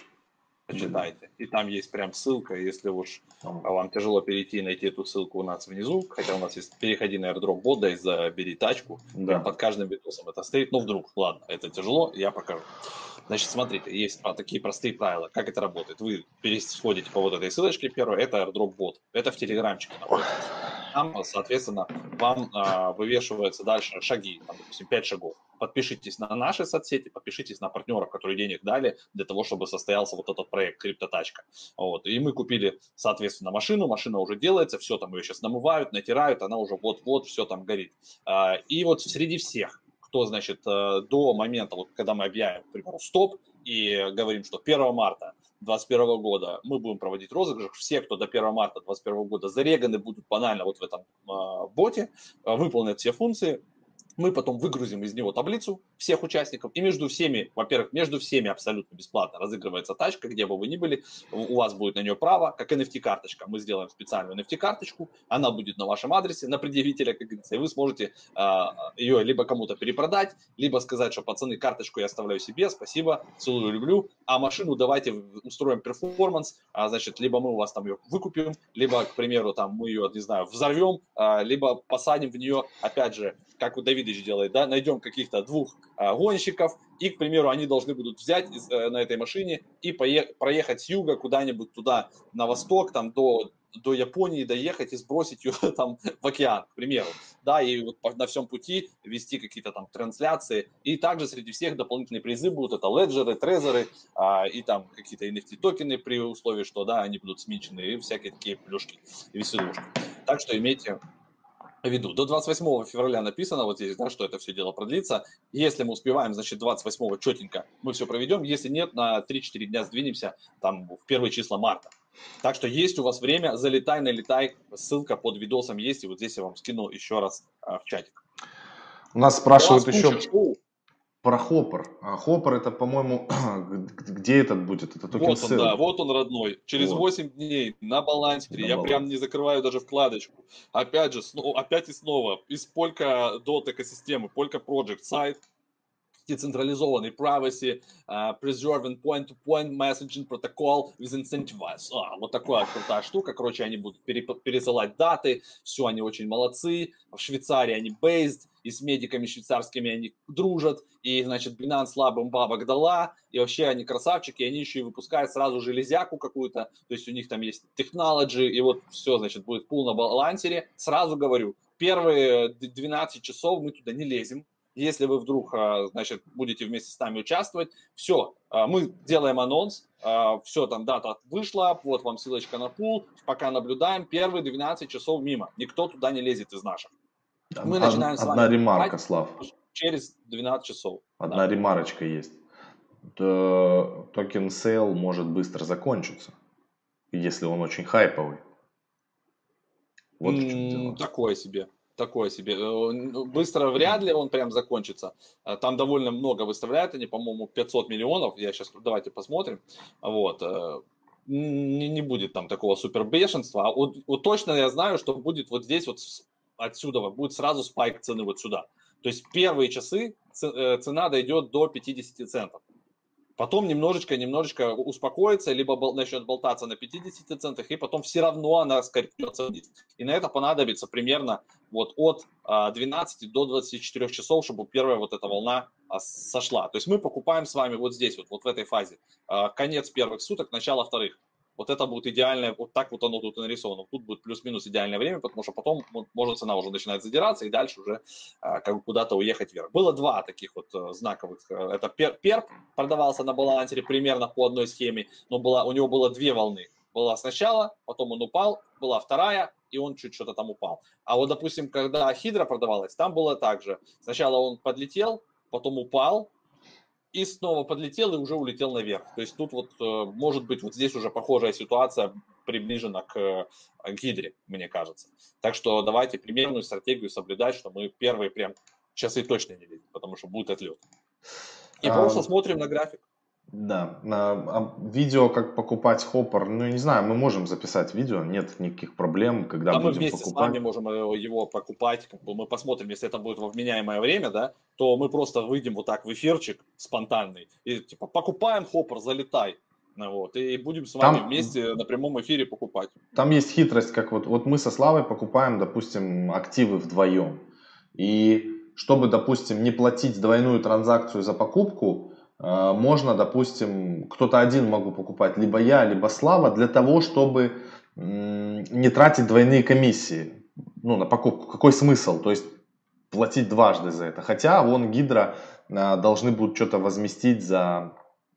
Speaker 2: Почитайте. И там есть прям ссылка, если уж вам тяжело перейти и найти эту ссылку у нас внизу, хотя у нас есть переходи на airdrop бот, да и забери тачку, да. Прям под каждым видосом это стоит, но вдруг, ладно, это тяжело, я покажу. Значит, смотрите, есть такие простые правила, как это работает. Вы переходите по вот этой ссылочке первой, это airdrop бот, это в телеграмчике находится. Там, соответственно, вам вывешиваются дальше шаги, там, допустим, 5 шагов. Подпишитесь на наши соцсети, подпишитесь на партнеров, которые денег дали для того, чтобы состоялся вот этот проект «Криптотачка». Вот. И мы купили, соответственно, машину, машина уже делается, все там ее сейчас намывают, натирают, она уже вот-вот, все там горит. И вот среди всех, кто, значит, до момента, вот, когда мы объявим, к примеру, стоп, и говорим, что 1 марта 2021 года мы будем проводить розыгрыш, все, кто до 1 марта 2021 года зареганы будут банально вот в этом боте, выполнят все функции, мы потом выгрузим из него таблицу всех участников, и между всеми, во-первых, между всеми абсолютно бесплатно разыгрывается тачка, где бы вы ни были, у вас будет на нее право, как NFT-карточка. Мы сделаем специальную NFT-карточку, она будет на вашем адресе, на предъявителя, как говорится, и вы сможете ее либо кому-то перепродать, либо сказать, что, пацаны, карточку я оставляю себе, спасибо, целую, люблю, а машину давайте устроим перформанс, значит, либо мы у вас там ее выкупим, либо, к примеру, там мы ее, не знаю, взорвем, либо посадим в нее, опять же, как у Давидыч делает, да, найдем каких-то 2 гонщиков, и, к примеру, они должны будут взять на этой машине и проехать с юга куда-нибудь туда, на восток, там, до Японии доехать и сбросить ее там в океан, к примеру, да, и вот на всем пути вести какие-то там трансляции, и также среди всех дополнительные призы будут, это леджеры, трезоры, и там какие-то NFT-токены при условии, что, да, они будут смичены, и всякие такие плюшки и веселушки. Так что имейте в виду. До 28 февраля написано вот здесь, да, что это все дело продлится. Если мы успеваем, значит, 28-го четенько мы все проведем. Если нет, на 3-4 дня сдвинемся там в первые числа марта. Так что есть у вас время, залетай, налетай. Ссылка под видосом есть, и вот здесь я вам скину еще раз в чатик.
Speaker 1: У нас спрашивают еще... Про Hopper. А Hopper это, по-моему, где этот будет? Это токен
Speaker 2: Вот он,
Speaker 1: sale
Speaker 2: да,
Speaker 1: будет.
Speaker 2: вот он, родной. Через
Speaker 1: Вот,
Speaker 2: 8 дней на балансире.
Speaker 1: на
Speaker 2: Я прям
Speaker 1: балансе.
Speaker 2: не закрываю даже вкладочку. Опять же, опять и снова. Из Polkadot экосистемы, Polka Project сайт, децентрализованный privacy, preserving point-to-point messaging protocol with incentivize. Вот такая крутая штука. Короче, они будут пересылать даты. Все, они очень молодцы. В Швейцарии они based. И с медиками швейцарскими они дружат. И, значит, Binance слабым бабок дала. И вообще они красавчики. И они еще и выпускают сразу железяку какую-то. То есть у них там есть technology. И вот все, значит, будет пул на балансере. Сразу говорю, первые 12 часов мы туда не лезем. Если вы вдруг, значит, будете вместе с нами участвовать, все, мы делаем анонс, все, там дата вышла, вот вам ссылочка на пул, пока наблюдаем, первые 12 часов мимо, никто туда не лезет из наших. Мы начинаем с
Speaker 1: Одна
Speaker 2: вами
Speaker 1: ремарка,
Speaker 2: покупать
Speaker 1: Слав.
Speaker 2: через 12 часов.
Speaker 1: Одна
Speaker 2: Да.
Speaker 1: ремарочка есть. Токен сейл может быстро закончиться, если он очень хайповый. Вот в чем дело.
Speaker 2: Такое себе. Такое себе. Быстро вряд ли он прям закончится. Там довольно много выставляют они, по-моему, 500 миллионов. Я сейчас, давайте посмотрим. Вот. Не будет там такого супер бешенства. А вот точно я знаю, что будет вот здесь вот отсюда будет сразу спайк цены вот сюда. То есть первые часы цена дойдет до 50 центов. Потом немножечко успокоится, либо начнет болтаться на 50 центах, и потом все равно она скатится вниз. И на это понадобится примерно вот от 12 до 24 часов, чтобы первая вот эта волна сошла. То есть мы покупаем с вами вот здесь, вот в этой фазе. Конец первых суток, начало вторых. Вот это будет идеальное, вот так вот оно тут и нарисовано. Тут будет плюс-минус идеальное время, потому что потом может цена уже начинает задираться и дальше уже как бы куда-то уехать вверх. Было два таких вот знаковых. Это перп продавался на балансере примерно по одной схеме, но у него было две волны. Была сначала, потом он упал, была вторая, и он чуть что-то там упал. А вот, допустим, когда Хидра продавалась, там было так же. Сначала он подлетел, потом упал, и снова подлетел и уже улетел наверх. То есть тут вот может быть вот здесь уже похожая ситуация приближена к Гидре, мне кажется. Так что давайте примерную стратегию соблюдать, что мы первые прям часы точно не видим, потому что будет отлет. И просто смотрим на график.
Speaker 1: Да, видео, как покупать Hopper, ну, не знаю, мы можем записать видео, нет никаких проблем, когда
Speaker 2: Мы
Speaker 1: будем
Speaker 2: вместе с
Speaker 1: покупать.
Speaker 2: вами можем его покупать, как бы мы посмотрим, если это будет во вменяемое время, да, то мы просто выйдем вот так в эфирчик спонтанный и типа покупаем Hopper, залетай. Вот, и будем с вами вместе на прямом эфире покупать.
Speaker 1: Там есть хитрость, как вот мы со Славой покупаем, допустим, активы вдвоем. И чтобы, допустим, не платить двойную транзакцию за покупку, можно, допустим, кто-то один могу покупать, либо я, либо Слава, для того, чтобы не тратить двойные комиссии, ну, на покупку. Какой смысл? То есть платить дважды за это. Хотя вон Гидра должны будут что-то возместить за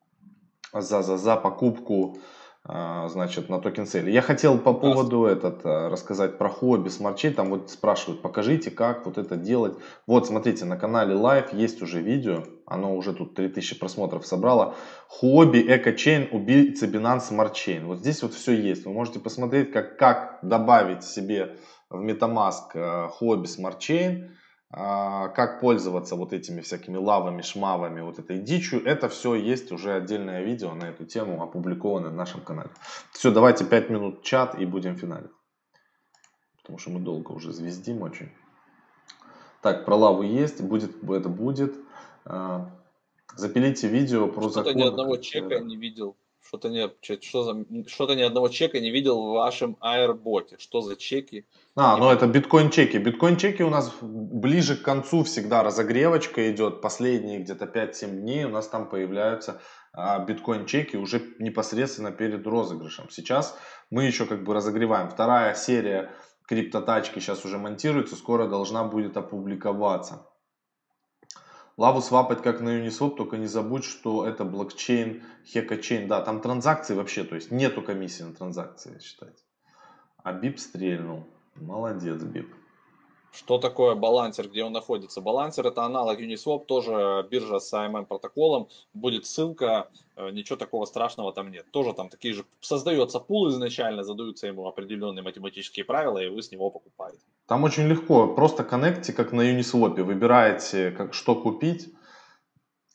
Speaker 1: покупку, значит, на токен сейле. Я хотел по поводу рассказать про хобби Smart Chain. Там вот спрашивают, покажите, как вот это делать. Вот, смотрите, на канале Live есть уже видео. Оно уже тут 3000 просмотров собрало. Хобби EcoChain, убийца Binance Smart Chain. Вот здесь вот все есть. Вы можете посмотреть, как добавить себе в MetaMask хобби Smart Chain. Как пользоваться вот этими всякими лавами, шмавами, вот этой дичью. Это все есть уже отдельное видео на эту тему, опубликовано на нашем канале. Все, давайте 5 минут чат и будем финалить. Потому что мы долго уже звездим очень. Так, про лаву есть, это будет. Запилите видео про
Speaker 2: Что-то
Speaker 1: закон.
Speaker 2: ни одного чека не видел. Что-то ни одного чека не видел в вашем аэрботе. Что за чеки?
Speaker 1: Ну это биткоин-чеки. Биткоин-чеки у нас ближе к концу всегда разогревочка идет. Последние где-то 5-7 дней у нас там появляются биткоин-чеки уже непосредственно перед розыгрышем. Сейчас мы еще как бы разогреваем. Вторая серия криптотачки сейчас уже монтируется. Скоро должна будет опубликоваться. Лаву свапать как на Uniswap, только не забудь, что это блокчейн, хекачейн. Да, там транзакции вообще, то есть нету комиссии на транзакции, считайте. А бип стрельнул. Молодец, бип.
Speaker 2: Что такое балансер, где он находится? Балансер это аналог Uniswap, тоже биржа с AMM протоколом. Будет ссылка, ничего такого страшного там нет. Тоже там такие же, создается пул изначально, задаются ему определенные математические правила, и вы с него покупаете.
Speaker 1: Там очень легко, просто коннектите, как на Uniswap, выбираете, что купить.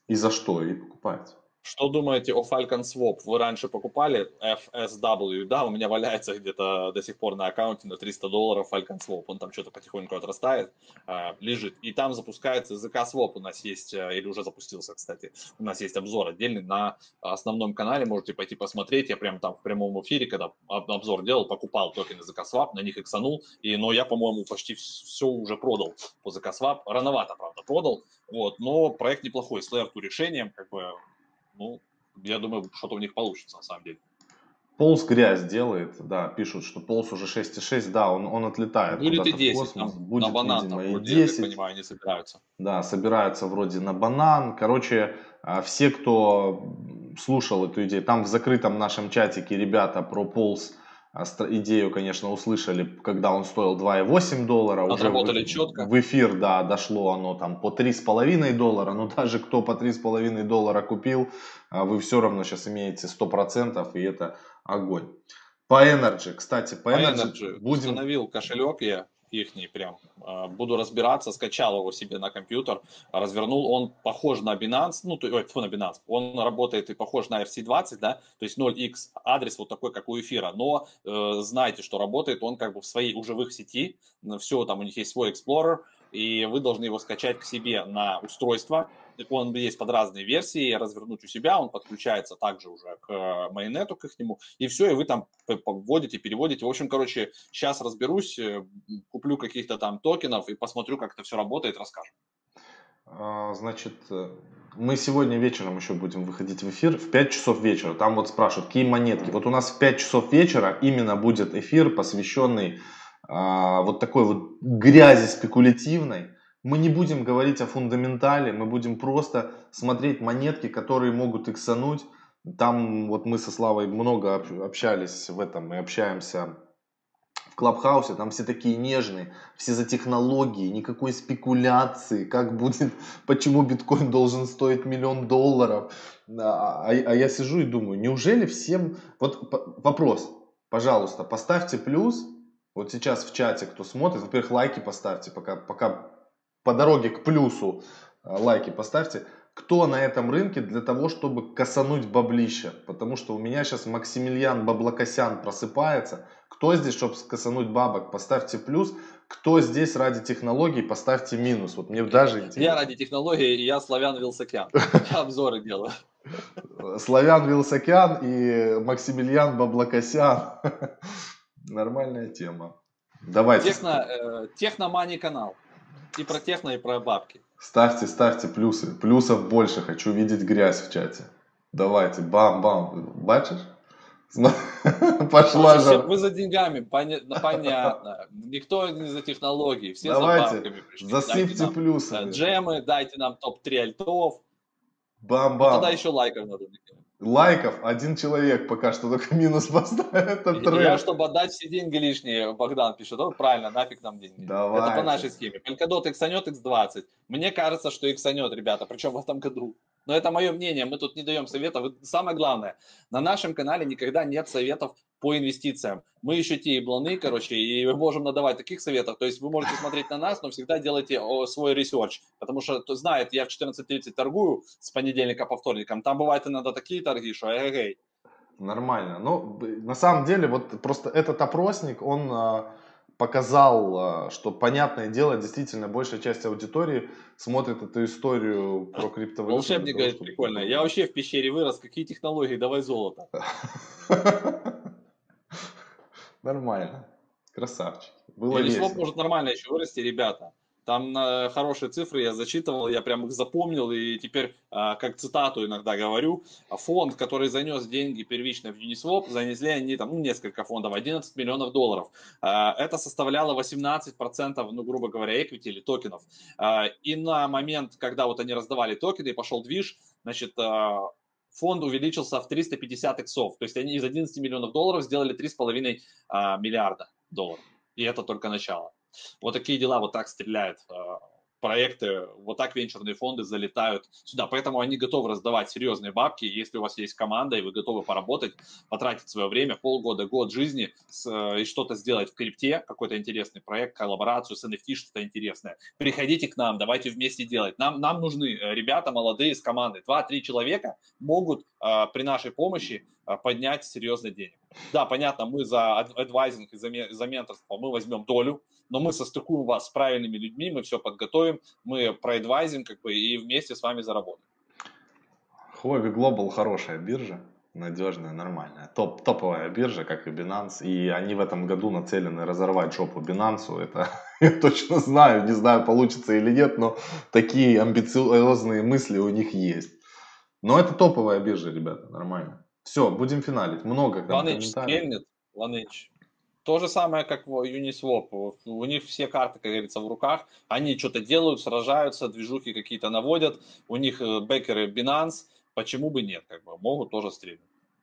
Speaker 1: И за что? И покупаете.
Speaker 2: Что думаете о Falcon Swap? Вы раньше покупали FSW, да, у меня валяется где-то до сих пор на аккаунте на $300 Falcon Swap, он там что-то потихоньку отрастает, лежит, и там запускается ZK Swap у нас есть, или уже запустился, кстати, у нас есть обзор отдельный на основном канале, можете пойти посмотреть, я прям там в прямом эфире, когда обзор делал, покупал токены ZK Swap, на них иксанул, но я, по-моему, почти все уже продал по ZK Swap, рановато, правда, продал, вот, но проект неплохой, с Layer 2 решением, как бы, ну, я думаю, что-то у них получится, на самом деле.
Speaker 1: Полз грязь делает, да, пишут, что Полз уже 6,6, да, он отлетает
Speaker 2: Будет и
Speaker 1: куда-то в
Speaker 2: 10,
Speaker 1: космос,
Speaker 2: там, на
Speaker 1: будет,
Speaker 2: банан,
Speaker 1: видимо,
Speaker 2: там,
Speaker 1: и
Speaker 2: вроде, я так
Speaker 1: 10,
Speaker 2: понимаю, они собираются.
Speaker 1: да, собираются вроде на банан. Короче, все, кто слушал эту идею, там в закрытом нашем чатике ребята про Полз идею, конечно, услышали, когда он стоил $2,8, уже
Speaker 2: Отработали четко.
Speaker 1: в эфир, да, дошло оно там по $3,5, но даже кто по $3,5 купил, вы все равно сейчас имеете 100%, и это огонь. По Energy, кстати, по
Speaker 2: Energy
Speaker 1: будем...
Speaker 2: установил кошелек я ихний прям, буду разбираться, скачал его себе на компьютер, развернул, он похож на Binance, ну, на Binance, он работает и похож на RC20, да, то есть 0x адрес вот такой, как у эфира, но знайте, что работает он как бы в своей, уже в их сети, все, там у них есть свой Explorer, и вы должны его скачать к себе на устройство. Он есть под разные версии, развернуть у себя, он подключается также уже к майонету, к ихнему, и все, и вы там вводите, переводите. В общем, короче, сейчас разберусь, куплю каких-то там токенов и посмотрю, как это все работает, расскажу.
Speaker 1: Значит, мы сегодня вечером еще будем выходить в эфир в 5 часов вечера. Там вот спрашивают, какие монетки. Вот у нас в 5 часов вечера именно будет эфир, посвященный вот такой вот грязи спекулятивной. Мы не будем говорить о фундаментале, мы будем просто смотреть монетки, которые могут иксануть. Там вот мы со Славой много общались в этом, мы общаемся в Клабхаусе, там все такие нежные, все за технологии, никакой спекуляции, как будет, почему биткоин должен стоить $1 миллион. А я сижу и думаю, неужели всем... Вот вопрос, пожалуйста, поставьте плюс, вот сейчас в чате, кто смотрит, во-первых, лайки поставьте, пока по дороге к плюсу лайки поставьте. Кто на этом рынке для того, чтобы косануть баблища? Потому что у меня сейчас Максимилиан Баблокосян просыпается. Кто здесь, чтобы косануть бабок? Поставьте плюс. Кто здесь ради технологий? Поставьте минус. Вот мне даже интересно.
Speaker 2: Я ради технологий, и я Славян Вилсакян. Я обзоры делаю.
Speaker 1: Славян Вилсакян и Максимилиан Баблокосян. Нормальная тема. Давайте.
Speaker 2: Техномани канал. И про техно, и про бабки.
Speaker 1: Ставьте плюсы. Плюсов больше. Хочу видеть грязь в чате. Давайте. Бам-бам. Бачишь? Пошла же.
Speaker 2: Вы за деньгами, понятно. Никто не за технологии. Все
Speaker 1: давайте,
Speaker 2: за бабками пришли.
Speaker 1: Засыпьте плюсы.
Speaker 2: Джемы, дайте нам топ-3 альтов.
Speaker 1: Бам-бам.
Speaker 2: Вот тогда еще лайков надо.
Speaker 1: Лайков один человек пока что только минус поставит.
Speaker 2: Я, чтобы отдать все деньги лишние, Богдан пишет, правильно, нафиг нам деньги.
Speaker 1: Давайте.
Speaker 2: Это по нашей схеме. Polkadot иксанет X20. Мне кажется, что иксанет, ребята, причем в этом году. Но это мое мнение, мы тут не даем советов. Самое главное, на нашем канале никогда нет советов по инвестициям. Мы еще те ебланы, короче, и мы можем надавать таких советов. То есть вы можете смотреть на нас, но всегда делайте свой ресерч. Потому что, кто знает, я в 14:30 торгую с понедельника по вторникам. Там бывают иногда такие торги, что эй-эй.
Speaker 1: Нормально. Но на самом деле, вот просто этот опросник, он показал, что, понятное дело, действительно большая часть аудитории смотрит эту историю про криптовалюту.
Speaker 2: Волшебник говорит, прикольно. Я вообще в пещере вырос, какие технологии, давай золото.
Speaker 1: Нормально. Красавчик. Было
Speaker 2: Uniswap может нормально еще вырасти, ребята. Там хорошие цифры я зачитывал, я прям их запомнил, и теперь, как цитату иногда говорю, фонд, который занес деньги первично в Uniswap, занесли они там, несколько фондов, $11 миллионов. Это составляло 18%, ну, грубо говоря, equity или токенов. И на момент, когда вот они раздавали токены и пошел движ, значит, фонд увеличился в 350 иксов. То есть они из $11 миллионов сделали $3,5 миллиарда. И это только начало. Вот такие дела, вот так стреляет проекты, вот так венчурные фонды залетают сюда. Поэтому они готовы раздавать серьезные бабки. Если у вас есть команда, и вы готовы поработать, потратить свое время, полгода, год жизни, и что-то сделать в крипте, какой-то интересный проект, коллаборацию с NFT, что-то интересное, приходите к нам, давайте вместе делать. Нам нужны ребята молодые с командой. 2-3 человека могут при нашей помощи поднять серьезно денег. Да, понятно, мы за адвайзинг и за менторство мы возьмем долю, но мы состыкуем вас с правильными людьми, мы все подготовим, мы проэдвайзим и вместе с вами заработаем.
Speaker 1: Huobi Global хорошая биржа, надежная, нормальная. Топовая биржа, как и Binance. И они в этом году нацелены разорвать жопу Binance. Это я точно знаю, не знаю, получится или нет, но такие амбициозные мысли у них есть. Но это топовая биржа, ребята, нормально. Все, будем финалить. Много там
Speaker 2: OneInch
Speaker 1: комментариев.
Speaker 2: стрельнет, OneInch. То же самое, как в Uniswap. У них все карты, как говорится, в руках. Они что-то делают, сражаются, движухи какие-то наводят. У них бэкеры Binance. Почему бы нет? Могут тоже стрелять.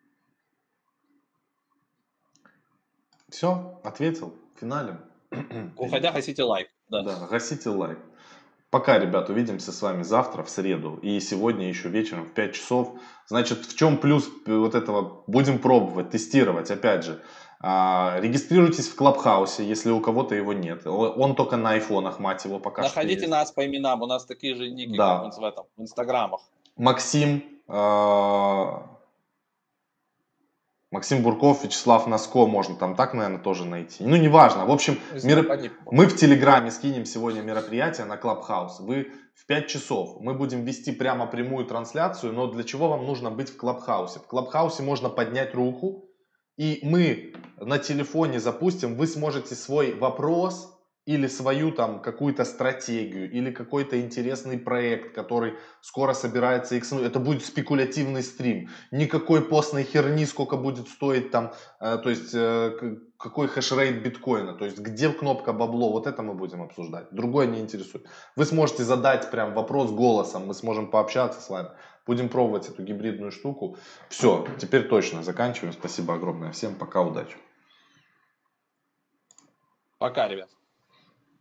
Speaker 1: Все, ответил, финалем.
Speaker 2: Уходя, гасите лайк. Да.
Speaker 1: Да, гасите лайк. Пока, ребят, увидимся с вами завтра, в среду. И сегодня еще вечером в 5 часов. Значит, в чем плюс вот этого? Будем пробовать, тестировать. Опять же, регистрируйтесь в Клабхаусе, если у кого-то его нет. Он только на айфонах, мать его, пока что
Speaker 2: Находите
Speaker 1: есть.
Speaker 2: нас по именам. У нас такие же ники,
Speaker 1: Да.
Speaker 2: как в инстаграмах.
Speaker 1: Максим Бурков, Вячеслав Носко, можно там так, наверное, тоже найти. Ну, неважно. В общем, мы в Телеграме скинем сегодня мероприятие на Клабхаус. Вы в 5 часов. Мы будем вести прямо прямую трансляцию, но для чего вам нужно быть в Клабхаусе? В Клабхаусе можно поднять руку, и мы на телефоне запустим, вы сможете свой вопрос или свою там какую-то стратегию, или какой-то интересный проект, который скоро собирается икснуть. Это будет спекулятивный стрим. Никакой постной херни, сколько будет стоить там, то есть какой хешрейт биткоина, то есть где кнопка бабло, вот это мы будем обсуждать. Другое не интересует. Вы сможете задать прям вопрос голосом, мы сможем пообщаться с вами. Будем пробовать эту гибридную штуку. Все, теперь точно заканчиваем. Спасибо огромное всем. Пока, удачи.
Speaker 2: Пока, ребят.